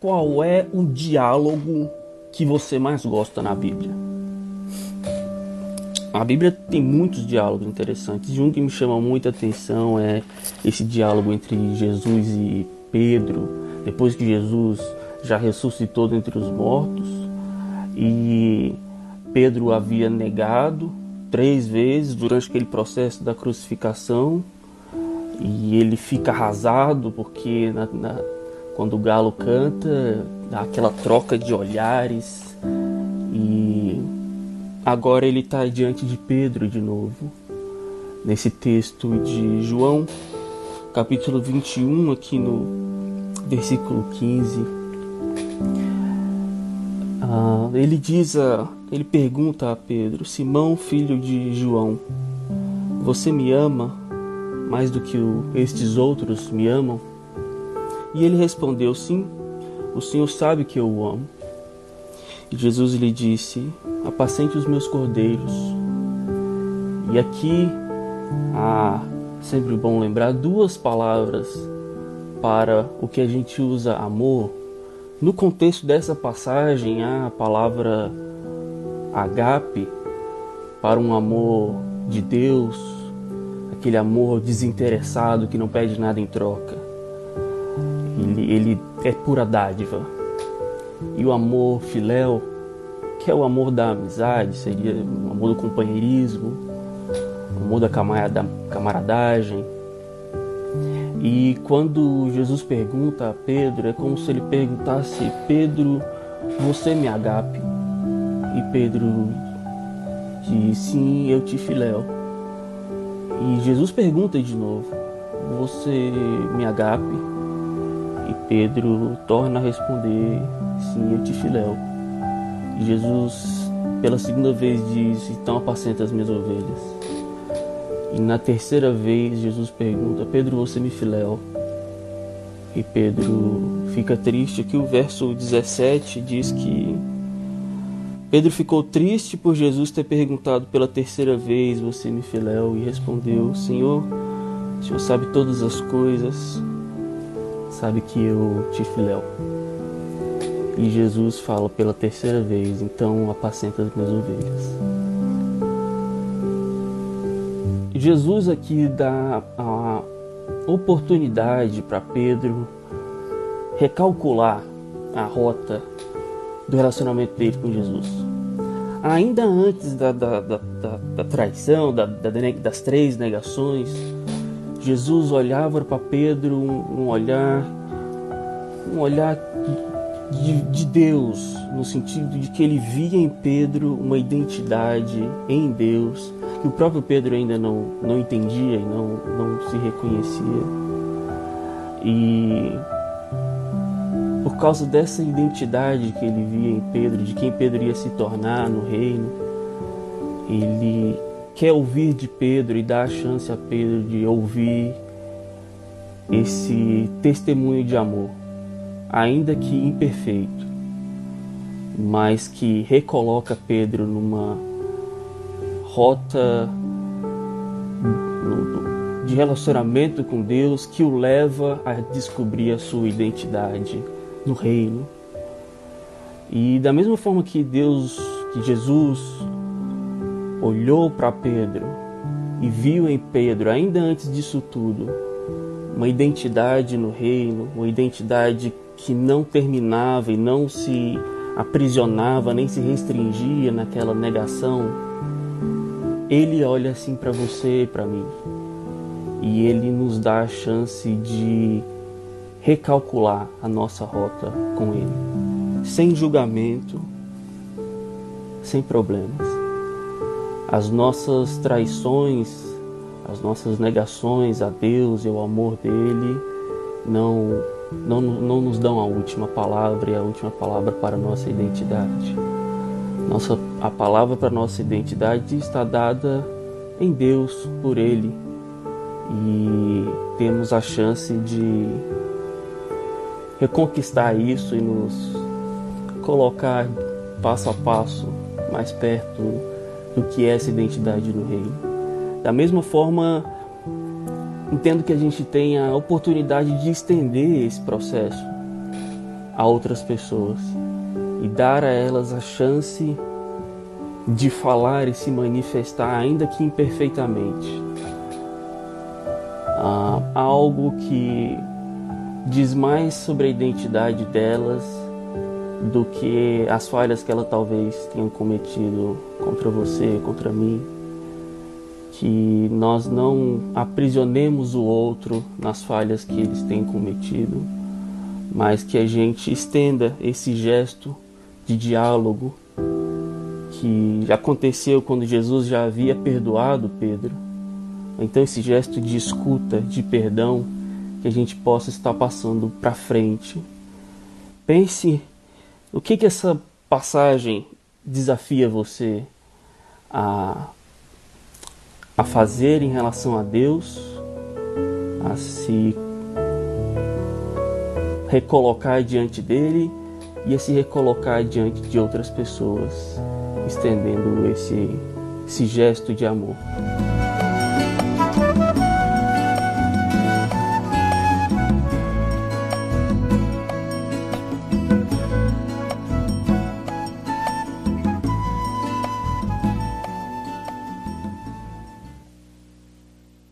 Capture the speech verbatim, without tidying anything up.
qual é o diálogo que você mais gosta na Bíblia? A Bíblia tem muitos diálogos interessantes, e um que me chama muita atenção é esse diálogo entre Jesus e Pedro, depois que Jesus já ressuscitou dentre os mortos, e Pedro havia negado três vezes durante aquele processo da crucificação, e ele fica arrasado porque na, na, quando o galo canta, dá aquela troca de olhares, e agora ele está diante de Pedro de novo, nesse texto de João, capítulo vinte e um, aqui no versículo quinze. Ah, ele diz, a, ele pergunta a Pedro: Simão, filho de João, você me ama mais do que o, estes outros me amam? E ele respondeu: sim, o Senhor sabe que eu o amo. E Jesus lhe disse: apacente os meus cordeiros. E aqui há, sempre bom lembrar, duas palavras para o que a gente usa amor. No contexto dessa passagem, há a palavra agape, para um amor de Deus, aquele amor desinteressado que não pede nada em troca. Ele, ele é pura dádiva. E o amor filéu, que é o amor da amizade, seria o amor do companheirismo, o amor da camaradagem. E quando Jesus pergunta a Pedro, é como se ele perguntasse: Pedro, você me agape? E Pedro diz: sim, eu te filéu. E Jesus pergunta de novo: você me agape? E Pedro torna a responder: sim, eu te filéu. E Jesus, pela segunda vez, diz: então apacenta as minhas ovelhas. E na terceira vez, Jesus pergunta: Pedro, você me filéu? E Pedro fica triste. Aqui o verso dezessete diz que Pedro ficou triste por Jesus ter perguntado pela terceira vez: você me filéu? E respondeu: Senhor, o Senhor sabe todas as coisas, sabe que eu te filéu. E Jesus fala pela terceira vez: então apacenta as minhas ovelhas. Jesus aqui dá a oportunidade para Pedro recalcular a rota do relacionamento dele com Jesus. Ainda antes da, da, da, da, da traição, da, da, das três negações, Jesus olhava para Pedro um, um olhar, um olhar de, de Deus, no sentido de que ele via em Pedro uma identidade em Deus, que o próprio Pedro ainda não, não entendia e não, não se reconhecia. E por causa dessa identidade que ele via em Pedro, de quem Pedro ia se tornar no reino, ele quer ouvir de Pedro e dar a chance a Pedro de ouvir esse testemunho de amor, ainda que imperfeito, mas que recoloca Pedro numa rota de relacionamento com Deus que o leva a descobrir a sua identidade no reino. E da mesma forma que Deus, que Jesus olhou para Pedro e viu em Pedro, ainda antes disso tudo, uma identidade no reino, uma identidade que não terminava e não se aprisionava, nem se restringia naquela negação, Ele olha assim para você e para mim, e Ele nos dá a chance de recalcular a nossa rota com Ele, sem julgamento, sem problemas. As nossas traições, as nossas negações a Deus e ao amor dEle não, não, não nos dão a última palavra, e a última palavra para a nossa identidade. Nossa, a palavra para a nossa identidade está dada em Deus, por Ele, e temos a chance de reconquistar isso e nos colocar passo a passo mais perto do que é essa identidade no reino. Da mesma forma, entendo que a gente tem a oportunidade de estender esse processo a outras pessoas e dar a elas a chance de falar e se manifestar, ainda que imperfeitamente, ah, algo que diz mais sobre a identidade delas do que as falhas que ela talvez tenham cometido contra você, contra mim. Que nós não aprisionemos o outro nas falhas que eles têm cometido, mas que a gente estenda esse gesto de diálogo que aconteceu quando Jesus já havia perdoado Pedro. Então esse gesto de escuta, de perdão, que a gente possa estar passando para frente. Pense o que que essa passagem desafia você a, a fazer em relação a Deus, a se recolocar diante dele e a se recolocar diante de outras pessoas, estendendo esse, esse gesto de amor.